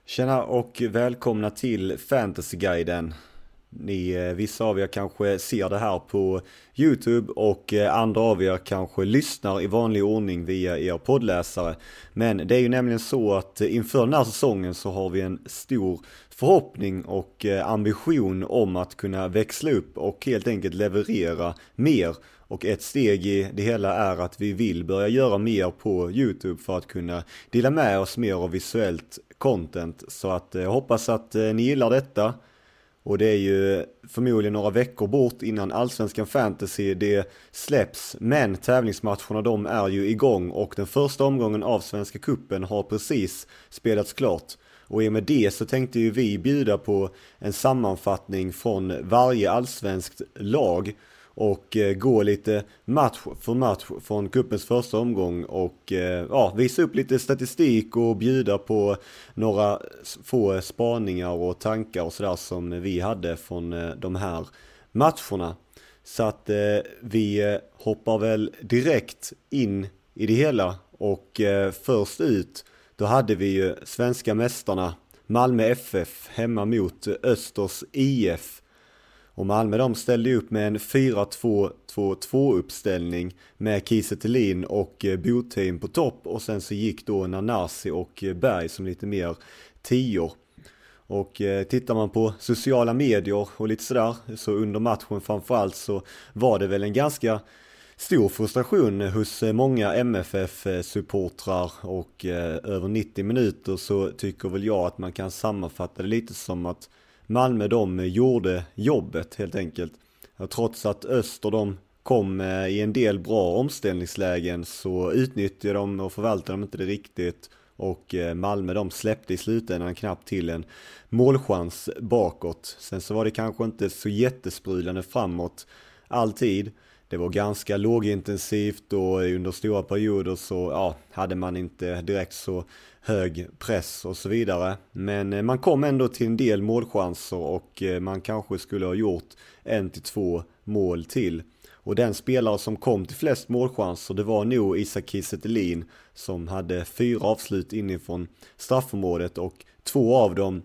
Tjena och välkomna till Fantasyguiden. Vissa av er kanske ser det här på YouTube och andra av er kanske lyssnar i vanlig ordning via er poddläsare. Men det är ju nämligen så att inför den här säsongen så har vi en stor förhoppning och ambition om att kunna växla upp och helt enkelt leverera mer. Och ett steg i det hela är att vi vill börja göra mer på YouTube för att kunna dela med oss mer av visuellt content. Så att jag hoppas att ni gillar detta. Och det är ju förmodligen några veckor bort innan Allsvenskan Fantasy det släpps. Men tävlingsmatcherna de är ju igång och den första omgången av Svenska Cupen har precis spelats klart. Och i och med det så tänkte ju vi bjuda på en sammanfattning från varje allsvenskt lag. Och gå lite match för match från cupens första omgång och visa upp lite statistik och bjuda på några få spaningar och tankar och sådär som vi hade från de här matcherna. Så att vi hoppar väl direkt in i det hela och först ut då hade vi ju svenska mästarna Malmö FF hemma mot Östers IF. Och Malmö de ställde upp med en 4-2-2-2 uppställning med Kiese Thelin och Botheim på topp. Och sen så gick då Nanasi och Berg som lite mer tior. Och tittar man på sociala medier och lite sådär så under matchen framförallt så var det väl en ganska stor frustration hos många MFF-supportrar och över 90 minuter så tycker väl jag att man kan sammanfatta det lite som att Malmö de gjorde jobbet helt enkelt. Och trots att Öster de kom i en del bra omställningslägen så utnyttjade de och förvaltade de inte det riktigt. Och Malmö de släppte i slutändan knappt till en målchans bakåt. Sen så var det kanske inte så jättesprudlande framåt alltid. Det var ganska lågintensivt och under stora perioder så hade man inte direkt så hög press och så vidare. Men man kom ändå till en del målchanser och man kanske skulle ha gjort 1-2 mål till. Och den spelare som kom till flest målchanser det var nog Isak Kiese Thelin som hade 4 avslut inifrån straffområdet och 2 av dem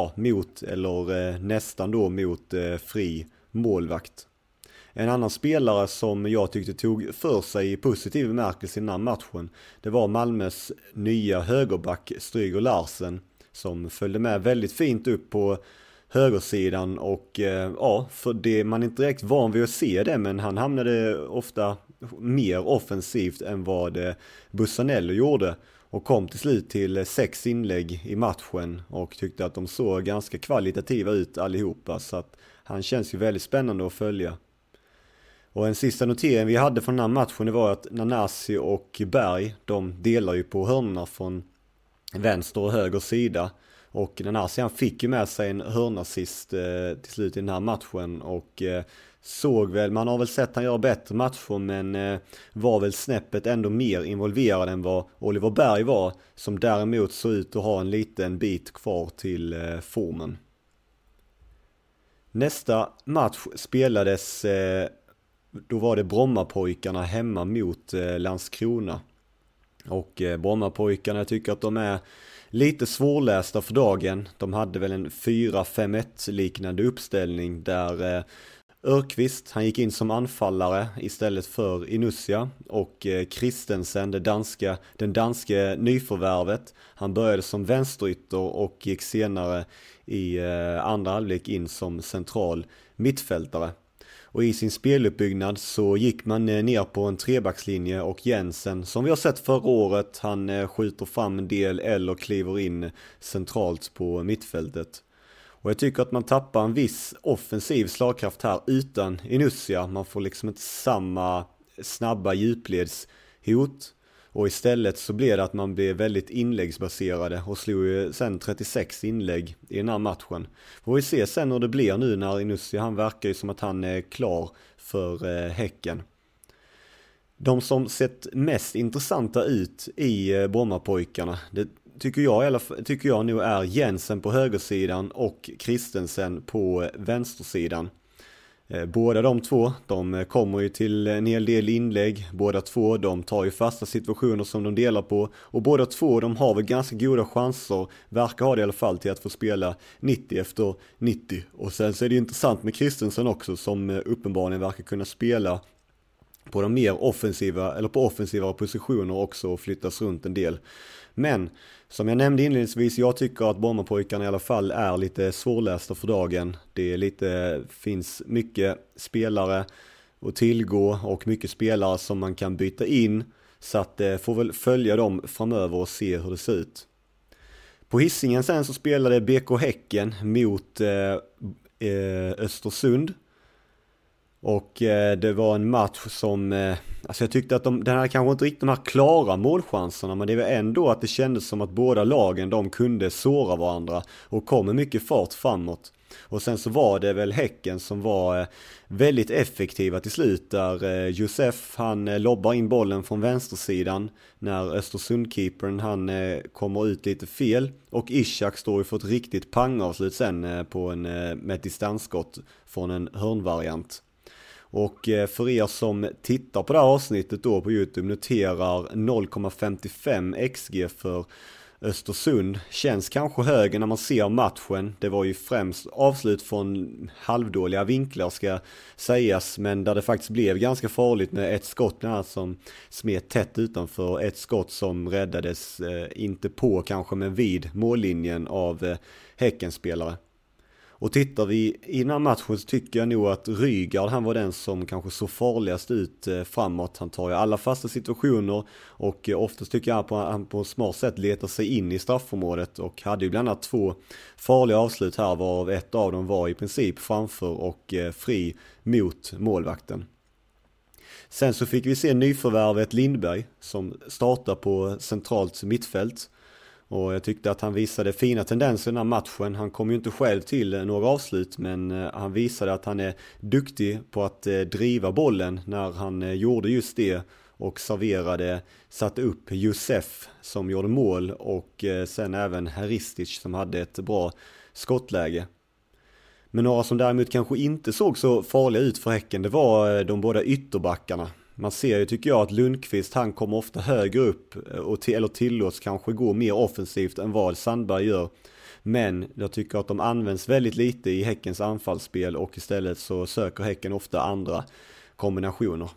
mot eller nästan då mot fri målvakt. En annan spelare som jag tyckte tog för sig i positiv bemärkelse i den här matchen, det var Malmös nya högerback Stryger Larsen som följde med väldigt fint upp på högersidan och för det man inte direkt van vid att se det, men han hamnade ofta mer offensivt än vad Bussanello gjorde och kom till slut till 6 inlägg i matchen och tyckte att de såg ganska kvalitativa ut allihopa, så att han känns ju väldigt spännande att följa. Och en sista notering vi hade från den här matchen det var att Nanasi och Berg, de delar ju på hörnorna från vänster och höger sida. Och Nanasi han fick ju med sig en hörnassist till slut i den här matchen och såg väl, man har väl sett han göra bättre matcher men var väl snäppet ändå mer involverad än vad Oliver Berg var, som däremot såg ut att ha en liten bit kvar till formen. Nästa match spelades då var det Brommapojkarna hemma mot Landskrona. Och Brommapojkarna, jag tycker att de är lite svårlästa för dagen. De hade väl en 4-5-1 liknande uppställning där Örqvist, han gick in som anfallare istället för Inussia. Och Christensen, den danske nyförvärvet, han började som vänsterytter och gick senare i andra halvlek in som central mittfältare. Och i sin speluppbyggnad så gick man ner på en trebackslinje och Jensen, som vi har sett förra året, han skjuter fram en del eller kliver in centralt på mittfältet. Och jag tycker att man tappar en viss offensiv slagkraft här utan Inussia. Man får liksom inte samma snabba djupledshot. Och istället så blev det att man blev väldigt inläggsbaserade och slog ju sen 36 inlägg i den här matchen. Får vi se sen hur det blir nu när Inussia, han verkar ju som att han är klar för Häcken. De som sett mest intressanta ut i Brommapojkarna, det tycker jag nu är Jensen på högersidan och Christensen på vänstersidan. Båda de två, de kommer ju till en hel del inlägg. Båda två, de tar ju fasta situationer som de delar på. Och båda två, de har väl ganska goda chanser, verkar ha det i alla fall, till att få spela 90 efter 90. Och sen så är det ju intressant med Christensen också, som uppenbarligen verkar kunna spela på de mer offensiva, eller på offensiva positioner också, och flyttas runt en del. Men som jag nämnde inledningsvis, jag tycker att Brommapojkarna i alla fall är lite svårlästa för dagen. Det är finns mycket spelare att tillgå och mycket spelare som man kan byta in, så att får väl följa dem framöver och se hur det ser ut. På Hisingen sen så spelade BK Häcken mot Östersund. Och det var en match som, alltså jag tyckte att den hade kanske inte riktigt de här klara målchanserna, men det var ändå att det kändes som att båda lagen, de kunde såra varandra och kom med mycket fart framåt. Och sen så var det väl Häcken som var väldigt effektiva till slut, där Josef, han lobbar in bollen från vänstersidan när Östersund-keepern, han kommer ut lite fel, och Ishak står ju för ett riktigt pangavslut sen med ett distansskott från en hörnvariant. Och för er som tittar på det här avsnittet då på YouTube, noterar 0,55 XG för Östersund. Känns kanske högre när man ser matchen. Det var ju främst avslut från halvdåliga vinklar, ska sägas, men där det faktiskt blev ganska farligt med ett skott bland annat som smet tätt utanför, ett skott som räddades inte på kanske, men vid mållinjen av Häckenspelare. Och tittar vi i den här matchen så tycker jag nog att Rygaard, han var den som kanske så farligast ut framåt. Han tar ju alla fasta situationer, och oftast tycker jag att han på ett smart sätt letar sig in i straffområdet, och hade ju bland annat 2 farliga avslut här, varav ett av dem var i princip framför och fri mot målvakten. Sen så fick vi se nyförvärvet Lindberg som startar på centralt mittfält. Och jag tyckte att han visade fina tendenser i den här matchen. Han kom ju inte själv till några avslut, men han visade att han är duktig på att driva bollen när han gjorde just det, och satte upp Josef som gjorde mål, och sen även Haristic som hade ett bra skottläge. Men några som däremot kanske inte såg så farliga ut för Häcken, det var de båda ytterbackarna. Man ser ju, tycker jag, att Lundqvist, han kommer ofta högre upp eller tillåts kanske gå mer offensivt än vad Sandberg gör. Men jag tycker att de används väldigt lite i Häckens anfallsspel, och istället så söker Häcken ofta andra kombinationer.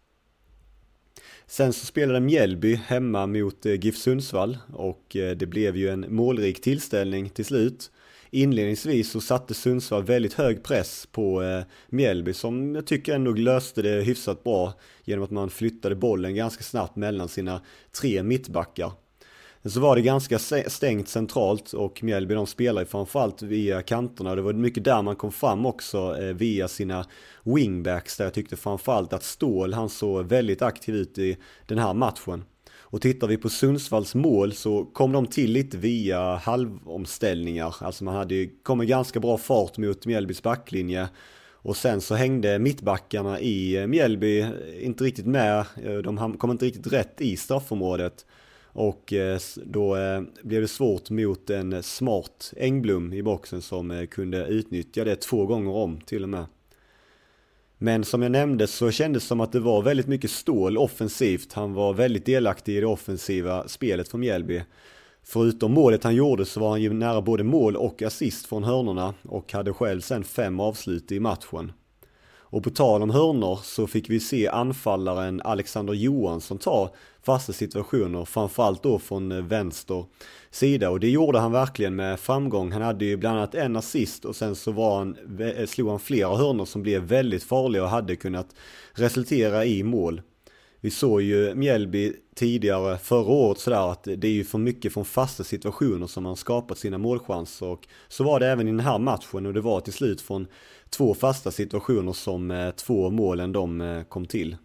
Sen så spelade Mjällby hemma mot GIF Sundsvall, och det blev ju en målrik tillställning till slut. Inledningsvis så satte Sundsvall väldigt hög press på Mjällby, som jag tycker ändå löste det hyfsat bra genom att man flyttade bollen ganska snabbt mellan sina 3 mittbackar. Så var det ganska stängt centralt, och Mjällby, de spelar framförallt via kanterna. Det var mycket där man kom fram också via sina wingbacks, där jag tyckte framförallt att Ståhl, han såg väldigt aktiv ut i den här matchen. Och tittar vi på Sundsvalls mål så kom de till lite via halvomställningar. Alltså man hade kommit ganska bra fart mot Mjällbys backlinje. Och sen så hängde mittbackarna i Mjällby inte riktigt med. De kom inte riktigt rätt i straffområdet. Och då blev det svårt mot en smart Engblom i boxen som kunde utnyttja det 2 gånger om till och med. Men som jag nämnde så kändes det som att det var väldigt mycket Ståhl offensivt. Han var väldigt delaktig i det offensiva spelet för Mjällby. Förutom målet han gjorde så var han ju nära både mål och assist från hörnorna, och hade själv sen 5 avslut i matchen. Och på tal om hörnor så fick vi se anfallaren Alexander Johansson ta fasta situationer, framförallt då från vänster sida, och det gjorde han verkligen med framgång. Han hade ju bland annat en assist, och sen så slog han flera hörnor som blev väldigt farliga och hade kunnat resultera i mål. Vi såg ju Mjällby tidigare förra året sådär, att det är ju för mycket från fasta situationer som man skapat sina målchanser, och så var det även i den här matchen, och det var till slut från 2 fasta situationer som 2 målen de kom till.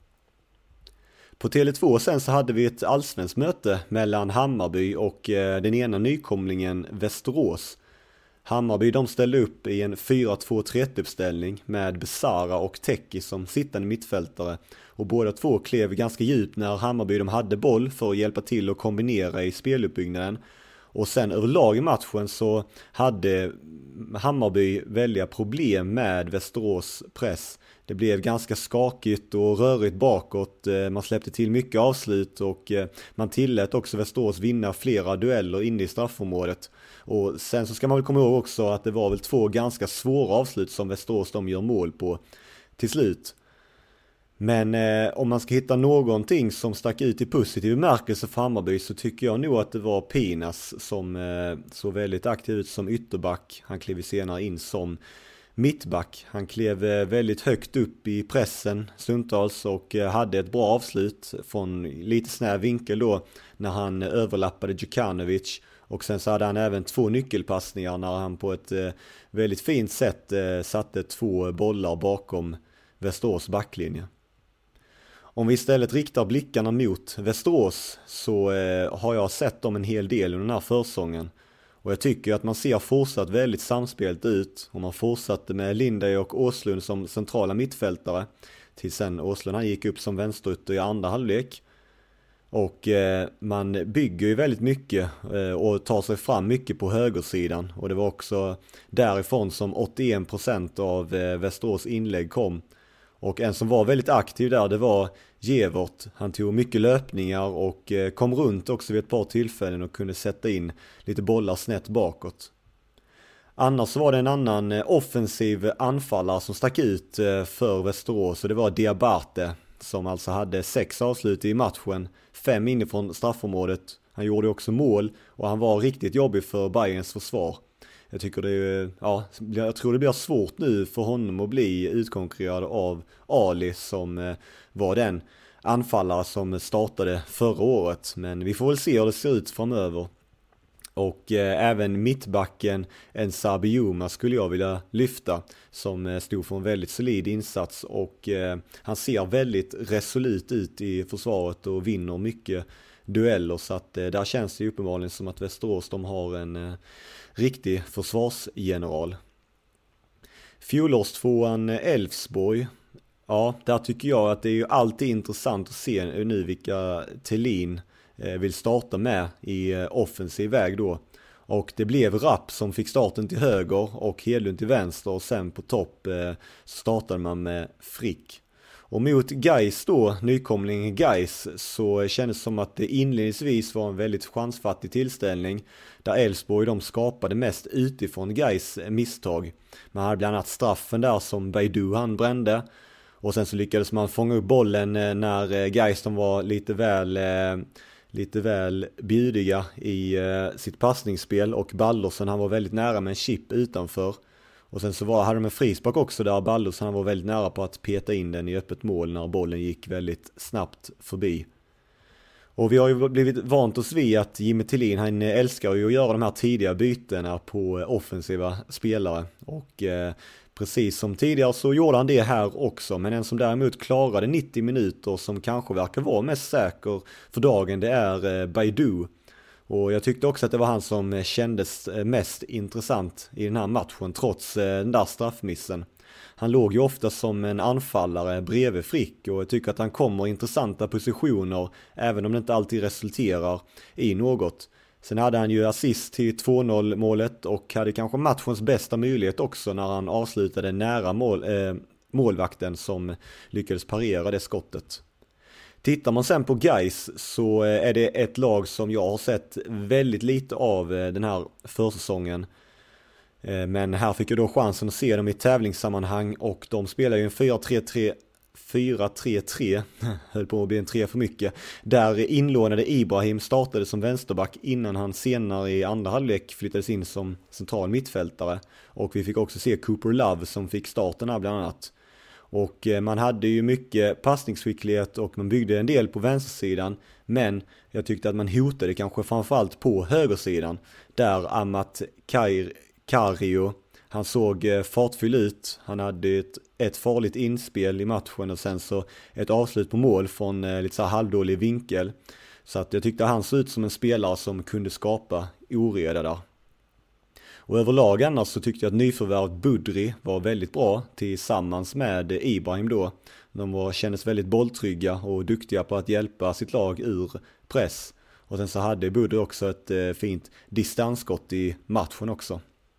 På Tele2 sen så hade vi ett allsvenskt möte mellan Hammarby och den ena nykomlingen Västerås. Hammarby, de ställde upp i en 4-2-3-1 uppställning med Besara och Teki som sittande mittfältare, och båda två klev ganska djupt när Hammarby de hade boll för att hjälpa till och kombinera i speluppbyggnaden. Och sen överlag i matchen så hade Hammarby väldiga problem med Västerås press. Det blev ganska skakigt och rörigt bakåt, man släppte till mycket avslut och man tillät också Västerås vinna flera dueller inne i straffområdet. Och sen så ska man väl komma ihåg också att det var väl 2 ganska svåra avslut som Västerås de gör mål på till slut. Men om man ska hitta någonting som stack ut i positiv bemärkelse för Hammarby så tycker jag nog att det var Pinas som såg väldigt aktiv ut som ytterback. Han klev senare in som mittback. Han klev väldigt högt upp i pressen stundtals och hade ett bra avslut från lite snäv vinkel då när han överlappade Djukanovic. Och sen så hade han även 2 nyckelpassningar när han på ett väldigt fint sätt satte 2 bollar bakom Västerås backlinje. Om vi istället riktar blickarna mot Västerås så har jag sett dem en hel del under den här försäsongen. Och jag tycker att man ser fortsatt väldigt samspelt ut. Och man fortsatte med Lindey och Åslund som centrala mittfältare. Till sen Åslund han gick upp som vänsterytter i andra halvlek. Och man bygger ju väldigt mycket och tar sig fram mycket på högersidan. Och det var också därifrån som 81% av Västerås inlägg kom. Och en som var väldigt aktiv där, det var Gevert. Han tog mycket löpningar och kom runt också vid ett par tillfällen och kunde sätta in lite bollar snett bakåt. Annars så var det en annan offensiv anfallare som stack ut för Västerås och det var Diabate som alltså hade 6 avslut i matchen, 5 inifrån straffområdet. Han gjorde också mål och han var riktigt jobbig för Bayerns försvar. Jag tycker jag tror det blir svårt nu för honom att bli utkonkurrerad av Ali som var den anfallare som startade förra året. Men vi får väl se hur det ser ut framöver. Och även mittbacken Ensabi Juma skulle jag vilja lyfta som stod för en väldigt solid insats och han ser väldigt resolut ut i försvaret och vinner mycket dueller så att där känns det ju uppenbarligen som att Västerås de har en riktig försvarsgeneral. Fjolårstvåan Elfsborg. Ja, där tycker jag att det är ju alltid intressant att se nu vilka Thelin vill starta med i offensiv väg då. Och det blev Rapp som fick starten till höger och Hedlund till vänster och sen på topp startade man med Frick. Och mot Gais då, nykomlingen Gais, så kändes det som att det inledningsvis var en väldigt chansfattig tillställning där Elfsborg de skapade mest utifrån Gais misstag. Man hade bland annat straffen där som Baidu han brände och sen så lyckades man fånga upp bollen när Gais de var lite väl bjudiga i sitt passningsspel och Ballersen han var väldigt nära med en chip utanför. Och sen så hade de en frispark också där Ballersen han var väldigt nära på att peta in den i öppet mål när bollen gick väldigt snabbt förbi. Och vi har ju blivit vant oss vid att Jimmy Thelin han älskar ju att göra de här tidiga bytena på offensiva spelare. Och precis som tidigare så gjorde han det här också. Men en som däremot klarade 90 minuter som kanske verkar vara mest säker för dagen det är Baidu. Och jag tyckte också att det var han som kändes mest intressant i den här matchen trots den där straffmissen. Han låg ju ofta som en anfallare bredvid Frick och jag tycker att han kommer i intressanta positioner även om det inte alltid resulterar i något. Sen hade han ju assist till 2-0 målet och hade kanske matchens bästa möjlighet också när han avslutade nära målvakten som lyckades parera det skottet. Tittar man sen på Gais så är det ett lag som jag har sett väldigt lite av den här försäsongen. Men här fick jag då chansen att se dem i tävlingssammanhang och de spelar ju en 4-3-3, höll på att bli en 3 för mycket. Där inlånade Ibrahim startade som vänsterback innan han senare i andra halvlek flyttades in som central mittfältare. Och vi fick också se Cooper Love som fick starten här bland annat. Och man hade ju mycket passningsskicklighet och man byggde en del på vänstersidan. Men jag tyckte att man hotade kanske framförallt på högersidan. Där Amat Kario, han såg fartfylld ut. Han hade ett farligt inspel i matchen och sen så ett avslut på mål från lite så här halvdålig vinkel. Så att jag tyckte han såg ut som en spelare som kunde skapa oreda där. Och överlag annars så tyckte jag att nyförvärvet Budri var väldigt bra tillsammans med Ibrahim då. De kändes väldigt bolltrygga och duktiga på att hjälpa sitt lag ur press. Och sen så hade Budde också ett fint distansskott i matchen också.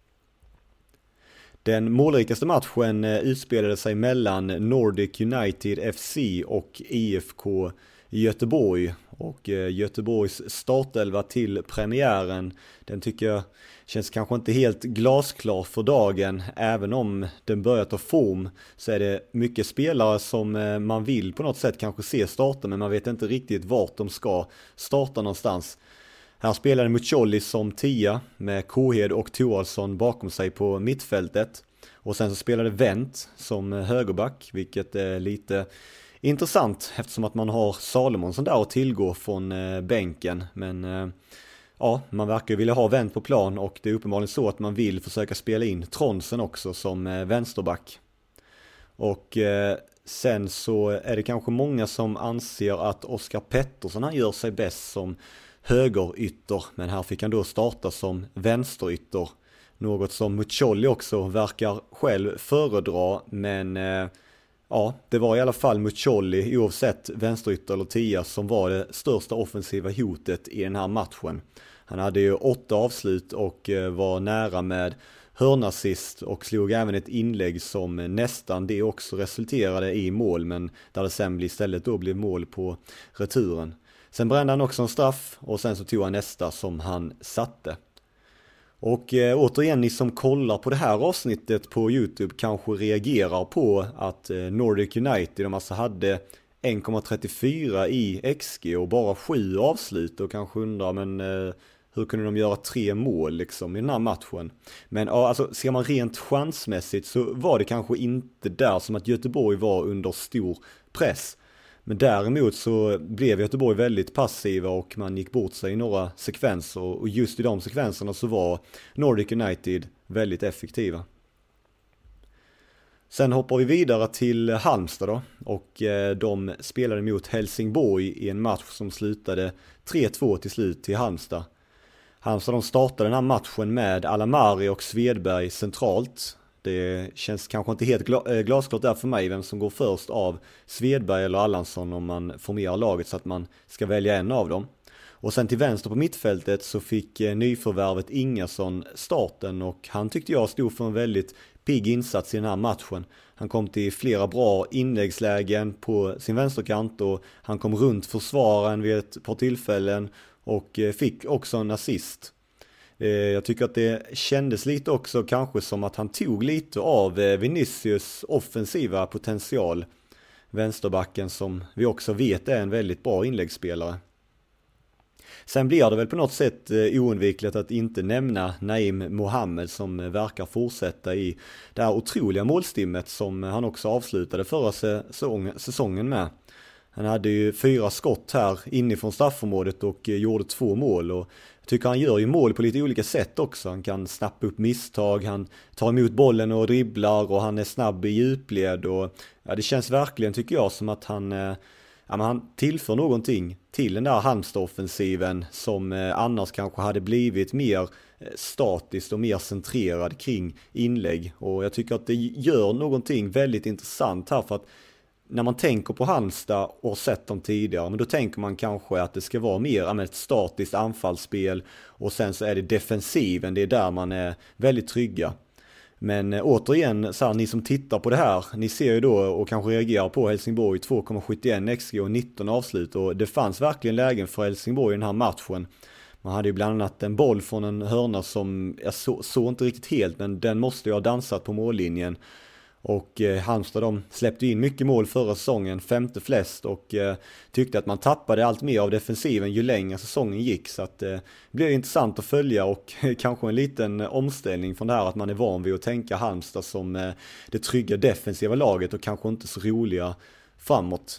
Den målrikaste matchen utspelade sig mellan Nordic United FC och IFK Göteborg. Och Göteborgs startelva till premiären, den tycker jag känns kanske inte helt glasklar för dagen. Även om den börjar ta form så är det mycket spelare som man vill på något sätt kanske se starta, men man vet inte riktigt vart de ska starta någonstans. Här spelade Muccioli som 10 med Kohed och Thoralsson bakom sig på mittfältet. Och sen så spelade Wendt som högerback, vilket är lite intressant eftersom att man har Salomonsson där att tillgå från bänken. Men ja, man verkar vilja ha Wendt på plan, och det är uppenbarligen så att man vill försöka spela in Tronsen också som vänsterback. Och sen så är det kanske många som anser att Oskar Pettersson, han gör sig bäst som högerytter, men här fick han då starta som vänsterytter. Något som Muccioli också verkar själv föredra, men ja, det var i alla fall Muccioli, oavsett vänsterytter eller 10, som var det största offensiva hotet i den här matchen. Han hade ju 8 avslut och var nära med hörnassist och slog även ett inlägg som nästan det också resulterade i mål, men där det sen istället då blev mål på returen. Sen brände han också en straff och sen så tog han nästa som han satte. Och återigen, ni som kollar på det här avsnittet på YouTube kanske reagerar på att Nordic United, de alltså hade 1,34 i XG och bara 7 avslut, och kanske undrar, men hur kunde de göra 3 mål liksom i den här matchen? Men ja, alltså ser man rent chansmässigt så var det kanske inte där som att Göteborg var under stor press. Men däremot så blev Göteborg väldigt passiva och man gick bort sig i några sekvenser, och just i de sekvenserna så var Nordic United väldigt effektiva. Sen hoppar vi vidare till Halmstad då, och de spelade mot Helsingborg i en match som slutade 3-2 till slut till Halmstad. Halmstad, de startade den här matchen med Alamari och Svedberg centralt. Det känns kanske inte helt glasklart där för mig vem som går först av Svedberg eller Allansson om man formerar laget så att man ska välja en av dem. Och sen till vänster på mittfältet så fick nyförvärvet Ingersson starten, och han tyckte jag stod för en väldigt pigg insats i den här matchen. Han kom till flera bra inläggslägen på sin vänsterkant och han kom runt försvararen vid ett par tillfällen och fick också en assist. Jag tycker att det kändes lite också kanske som att han tog lite av Vinicius offensiva potential. Vänsterbacken som vi också vet är en väldigt bra inläggsspelare. Sen blir det väl på något sätt oundvikligt att inte nämna Naim Mohammed som verkar fortsätta i det här otroliga målstimmet som han också avslutade förra säsongen med. Han hade ju 4 skott här inifrån straffområdet och gjorde 2 mål, och jag tycker han gör ju mål på lite olika sätt också. Han kan snappa upp misstag, han tar emot bollen och dribblar, och han är snabb i djupled, och ja, det känns verkligen tycker jag som att han tillför någonting till den där Halmstad-offensiven som annars kanske hade blivit mer statiskt och mer centrerad kring inlägg. Och jag tycker att det gör någonting väldigt intressant här, för att när man tänker på Halmstad och sett dem tidigare, men då tänker man kanske att det ska vara mer ett statiskt anfallsspel, och sen så är det defensiven, det är där man är väldigt trygga. Men återigen, så här, ni som tittar på det här, ni ser ju då och kanske reagerar på Helsingborg 2,71 XG och 19 avslut, och det fanns verkligen lägen för Helsingborg i den här matchen. Man hade ju bland annat en boll från en hörna som jag såg inte riktigt helt, men den måste ju ha dansat på mållinjen. Och Halmstad, de släppte in mycket mål förra säsongen, 5:e flest, och tyckte att man tappade allt mer av defensiven ju längre säsongen gick. Så att det blir intressant att följa, och kanske en liten omställning från det här att man är van vid att tänka Halmstad som det trygga defensiva laget och kanske inte så roliga framåt.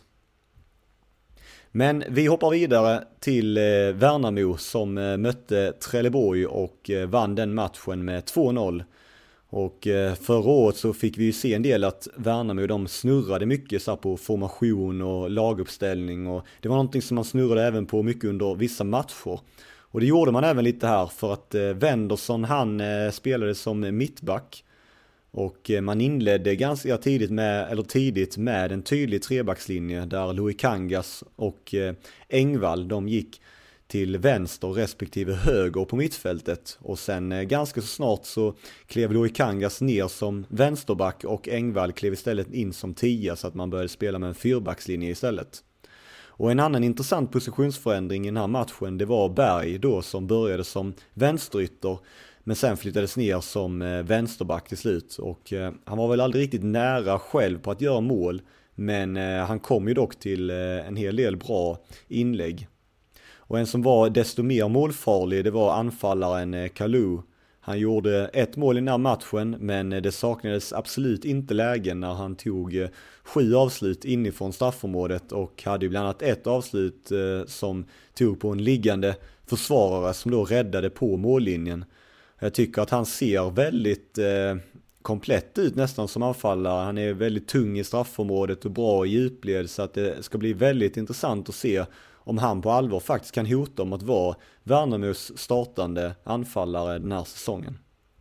Men vi hoppar vidare till Värnamo som mötte Trelleborg och vann den matchen med 2-0. Och förra året så fick vi ju se en del att Värnamo, de snurrade mycket så på formation och laguppställning, och det var någonting som man snurrade även på mycket under vissa matcher. Och det gjorde man även lite här, för att Wendersson, han spelade som mittback, och man inledde ganska tidigt med en tydlig trebackslinje där Louis Kangas och Engvall, de gick till vänster respektive höger på mittfältet. Och sen ganska så snart så klev Louis Kangas ner som vänsterback och Engvall klev istället in som 10 så att man började spela med en fyrbackslinje istället. Och en annan intressant positionsförändring i den här matchen, det var Berg då som började som vänsterytter men sen flyttades ner som vänsterback till slut. Och han var väl aldrig riktigt nära själv på att göra mål, men han kom ju dock till en hel del bra inlägg. Och en som var desto mer målfarlig, det var anfallaren Kalou. Han gjorde ett mål i den här matchen, men det saknades absolut inte lägen när han tog 7 avslut inifrån straffområdet och hade ju bland annat ett avslut som tog på en liggande försvarare som då räddade på mållinjen. Jag tycker att han ser väldigt komplett ut nästan som anfallare. Han är väldigt tung i straffområdet och bra i djupled, så att det ska bli väldigt intressant att se om han på allvar faktiskt kan hota om att vara Värnamos startande anfallare den här säsongen.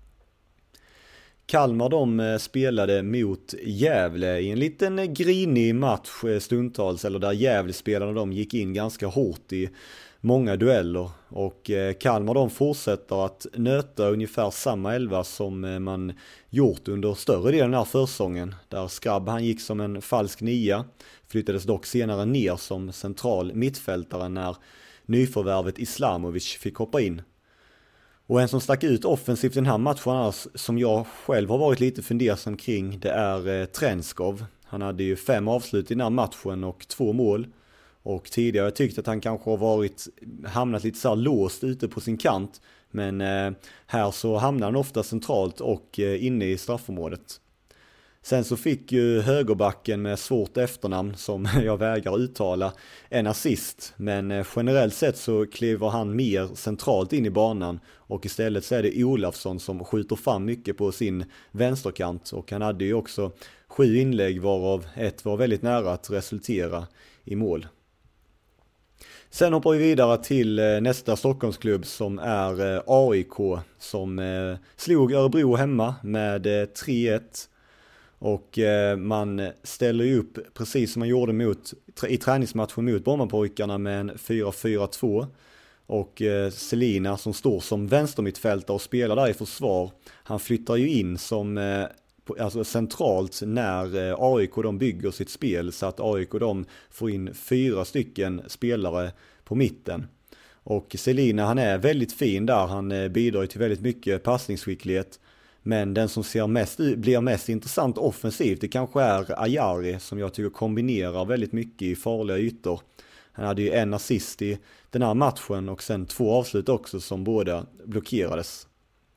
Kalmar de spelade mot Gävle i en liten grinig match stundtals, eller där Gävle-spelarna de gick in ganska hårt i många dueller, och Kalmar de fortsätter att nöta ungefär samma 11 som man gjort under större delen av försäsongen, där Skrabb han gick som en falsk 9, flyttades dock senare ner som central mittfältare när nyförvärvet Islamovic fick hoppa in. Och en som stack ut offensivt den här matchen som jag själv har varit lite fundersam kring, det är Trenskov. Han hade ju 5 avslut i den här matchen och 2 mål. Och tidigare tyckte att han kanske har hamnat lite så här låst ute på sin kant. Men här så hamnar han ofta centralt och inne i straffområdet. Sen så fick ju högerbacken med svårt efternamn som jag vägrar uttala en assist. Men generellt sett så kliver han mer centralt in i banan. Och istället så är det Olafsson som skjuter fram mycket på sin vänsterkant. Och han hade ju också 7 inlägg varav ett var väldigt nära att resultera i mål. Sen hoppar vi vidare till nästa Stockholmsklubb som är AIK, som slog Örebro hemma med 3-1. Och man ställer ju upp precis som man gjorde i träningsmatchen mot Brommapojkarna med en 4-4-2. Och Selina som står som vänstermittfältare och spelar där i försvar, han flyttar ju in som centralt när AIK de bygger sitt spel, så att AIK de får in 4 stycken spelare på mitten. Och Selina han är väldigt fin där, han bidrar till väldigt mycket passningsskicklighet. Men den som blir mest intressant offensivt, det kanske är Ajari, som jag tycker kombinerar väldigt mycket i farliga ytor. Han hade ju en assist i den här matchen och sen 2 avslut också som båda blockerades.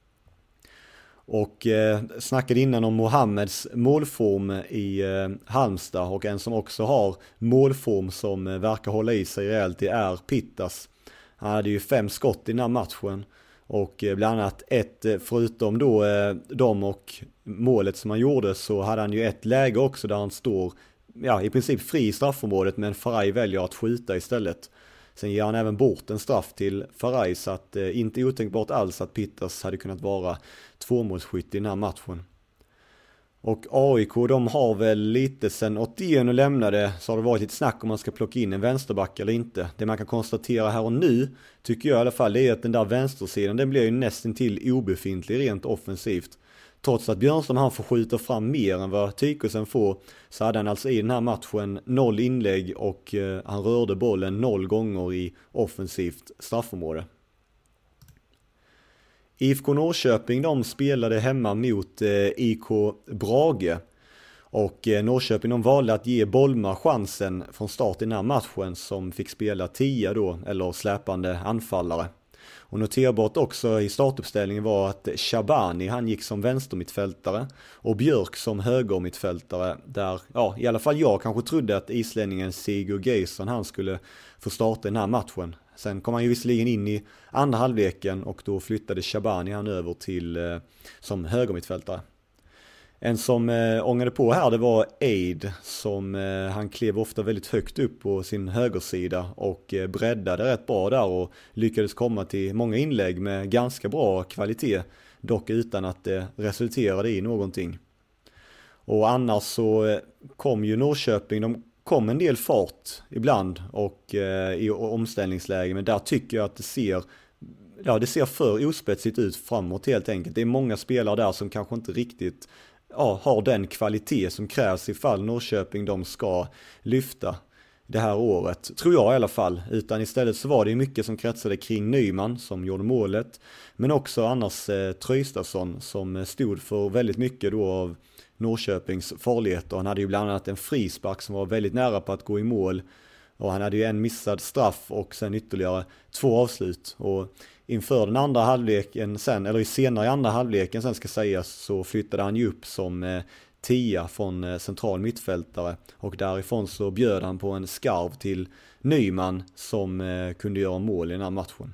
Och snackade innan om Mohammeds målform i Halmstad, och en som också har målform som verkar hålla i sig rejält, det är Pittas. Han hade ju 5 skott i den här matchen. Och bland annat förutom då dem och målet som han gjorde, så hade han ju ett läge också där han står i princip fri i straffområdet, men Faraj väljer att skjuta istället. Sen ger han även bort en straff till Faraj, så att inte otänkbart alls att Pittas hade kunnat vara 2-målsskytt i den här matchen. Och AIK de har väl lite sen 81 och lämnade, så har det varit lite snack om man ska plocka in en vänsterback eller inte. Det man kan konstatera här och nu, tycker jag i alla fall, det är att den där vänstersidan, den blir ju nästan till obefintlig rent offensivt. Trots att Björnström han får skjuta fram mer än vad Tykosen får, så hade han alltså i den här matchen 0 inlägg och han rörde bollen 0 gånger i offensivt straffområde. IFK Norrköping de spelade hemma mot IK Brage, och Norrköping de valde att ge Bolma chansen från start i den här matchen, som fick spela 10 då, eller släpande anfallare. Och noterbart också i startuppställningen var att Shabani han gick som vänstermittfältare och Björk som högermittfältare, där i alla fall jag kanske trodde att islänningen Sigurd Geirsson han skulle få starta den här matchen. Sen kom han ju visserligen in i andra halvleken och då flyttade Shabani han över till som högermittfältare. En som ångade på här, det var Aid, som han klev ofta väldigt högt upp på sin högersida och breddade rätt bra där och lyckades komma till många inlägg med ganska bra kvalitet, dock utan att det resulterade i någonting. Och annars så kom ju Norrköping, de kom en del fart ibland och i omställningsläge, men där tycker jag att det ser för ospetsigt ut framåt helt enkelt. Det är många spelare där som kanske inte riktigt har den kvalitet som krävs ifall Norrköping de ska lyfta det här året, tror jag i alla fall. Utan istället så var det mycket som kretsade kring Nyman som gjorde målet, men också annars Traustason som stod för väldigt mycket då av Norrköpings farlighet. Och han hade ju bland annat en frispark som var väldigt nära på att gå i mål, och han hade ju en missad straff och sen ytterligare 2 avslut. Och inför den andra halvleken sen, eller senare i andra halvleken sen ska sägas, så flyttade han ju upp som 10 från central mittfältare, och därifrån så bjöd han på en skarv till Nyman som kunde göra mål i den här matchen.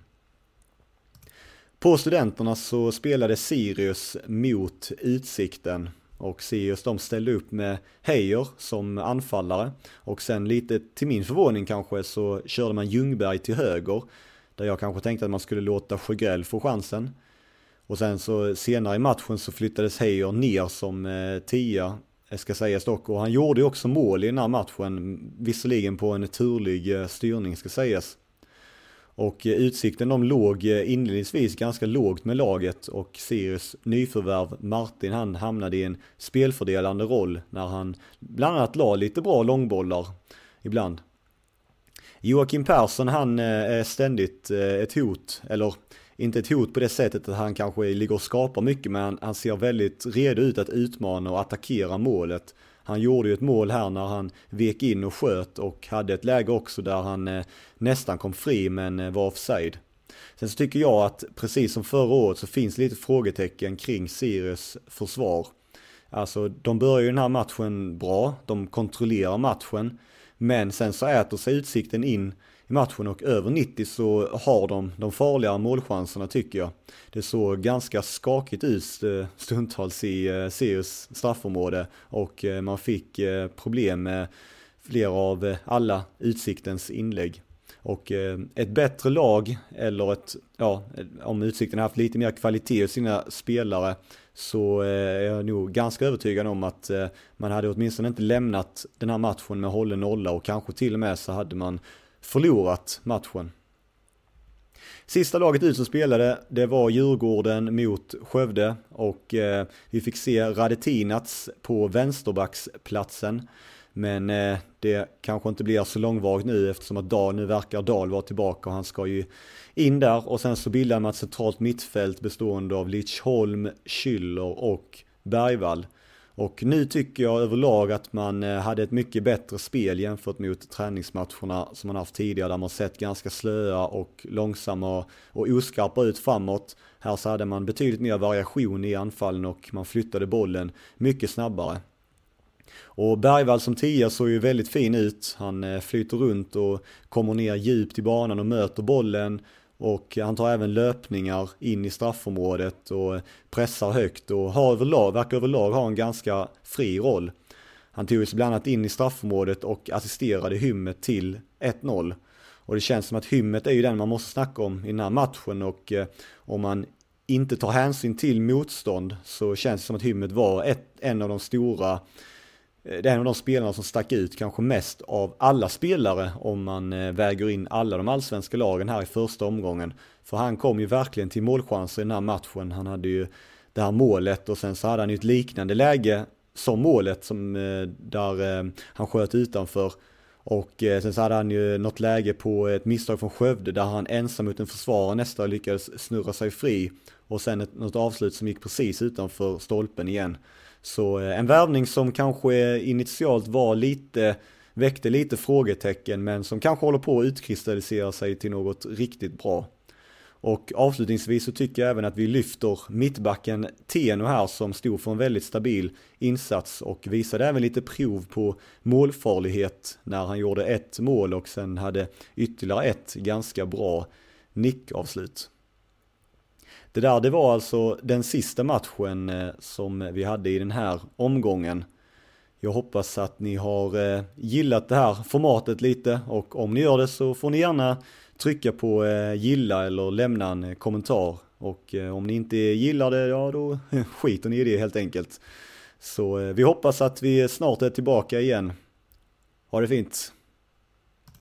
På Studenterna så spelade Sirius mot Utsikten, och Sirius de ställde upp med Heijer som anfallare, och sen lite till min förvåning kanske så körde man Ljungberg till höger, där jag kanske tänkte att man skulle låta Sjögrell få chansen. Och sen så senare i matchen så flyttades Heijer ner som 10, ska sägas dock, och han gjorde ju också mål i den här matchen, visserligen på en turlig styrning ska sägas. Och Utsikten de låg inledningsvis ganska lågt med laget, och Sirius nyförvärv Martin han hamnade i en spelfördelande roll när han bland annat la lite bra långbollar ibland. Joakim Persson han är ständigt ett hot, eller inte ett hot på det sättet att han kanske ligger och skapar mycket, men han ser väldigt redo ut att utmana och attackera målet. Han gjorde ju ett mål här när han vek in och sköt, och hade ett läge också där han nästan kom fri men var offside. Sen så tycker jag att precis som förra året så finns lite frågetecken kring Sirius försvar. Alltså de börjar ju den här matchen bra, de kontrollerar matchen, men sen så äter sig Utsikten in i matchen, och över 90 så har de farliga målchanserna tycker jag. Det såg ganska skakigt ut stundtals i Sirius straffområde, och man fick problem med flera av alla Utsiktens inlägg. Och ett bättre lag, eller om Utsikten haft lite mer kvalitet i sina spelare, så är jag nog ganska övertygad om att man hade åtminstone inte lämnat den här matchen med hållen nolla, och kanske till och med så hade man förlorat matchen. Sista laget ut som spelade, det var Djurgården mot Skövde, och vi fick se Radetinac på vänsterbacksplatsen. Men det kanske inte blir så långvarigt nu, eftersom att nu verkar Dahl vara tillbaka, och han ska ju in där. Och sen så bildar man ett centralt mittfält bestående av Lidsholm, Schüller och Bergvall. Och nu tycker jag överlag att man hade ett mycket bättre spel jämfört mot träningsmatcherna som man haft tidigare, där man sett ganska slöa och långsamma och oskarpa ut framåt. Här så hade man betydligt mer variation i anfallen, och man flyttade bollen mycket snabbare. Och Bergvall som 10 såg ju väldigt fin ut. Han flyter runt och kommer ner djupt i banan och möter bollen. Och han tar även löpningar in i straffområdet och pressar högt, och verkar överlag ha en ganska fri roll. Han tog sig bland annat in i straffområdet och assisterade Hymmet till 1-0. Och det känns som att Hymmet är ju den man måste snacka om i den här matchen, och om man inte tar hänsyn till motstånd så känns det som att Hymmet var en av de stora... Det är en av de spelarna som stack ut kanske mest av alla spelare, om man väger in alla de allsvenska lagen här i första omgången. För han kom ju verkligen till målchanser i den här matchen. Han hade ju det här målet, och sen så hade han ju ett liknande läge som målet som där han sköt utanför. Och sen så hade han ju något läge på ett misstag från Skövde där han ensam mot en försvarare nästan lyckades snurra sig fri. Och sen något avslut som gick precis utanför stolpen igen. Så en värvning som kanske initialt väckte lite frågetecken, men som kanske håller på att utkristallisera sig till något riktigt bra. Och avslutningsvis så tycker jag även att vi lyfter mittbacken Teno här, som stod för en väldigt stabil insats och visade även lite prov på målfarlighet när han gjorde ett mål och sen hade ytterligare ett ganska bra nickavslut. Det var alltså den sista matchen som vi hade i den här omgången. Jag hoppas att ni har gillat det här formatet lite, och om ni gör det så får ni gärna trycka på gilla eller lämna en kommentar. Och om ni inte gillar det, ja då skiter ni i det helt enkelt. Så vi hoppas att vi snart är tillbaka igen. Ha det fint.